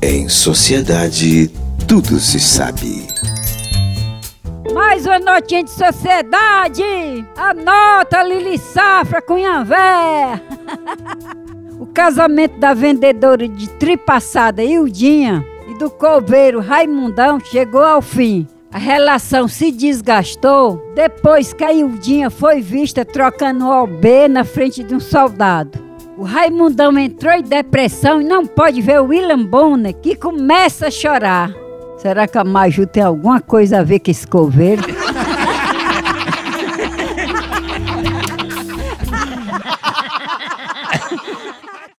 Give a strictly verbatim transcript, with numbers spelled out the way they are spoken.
Em sociedade, tudo se sabe. Mais uma notinha de sociedade. Anota, Lili Safra, Cunhavé. O casamento da vendedora de tripassada Ildinha e do coveiro Raimundão chegou ao fim. A relação se desgastou depois que a Ildinha foi vista trocando o O B na frente de um soldado. O Raimundão entrou em depressão e não pode ver o William Bonner, que começa a chorar. Será que a Maju tem alguma coisa a ver com esse coveiro?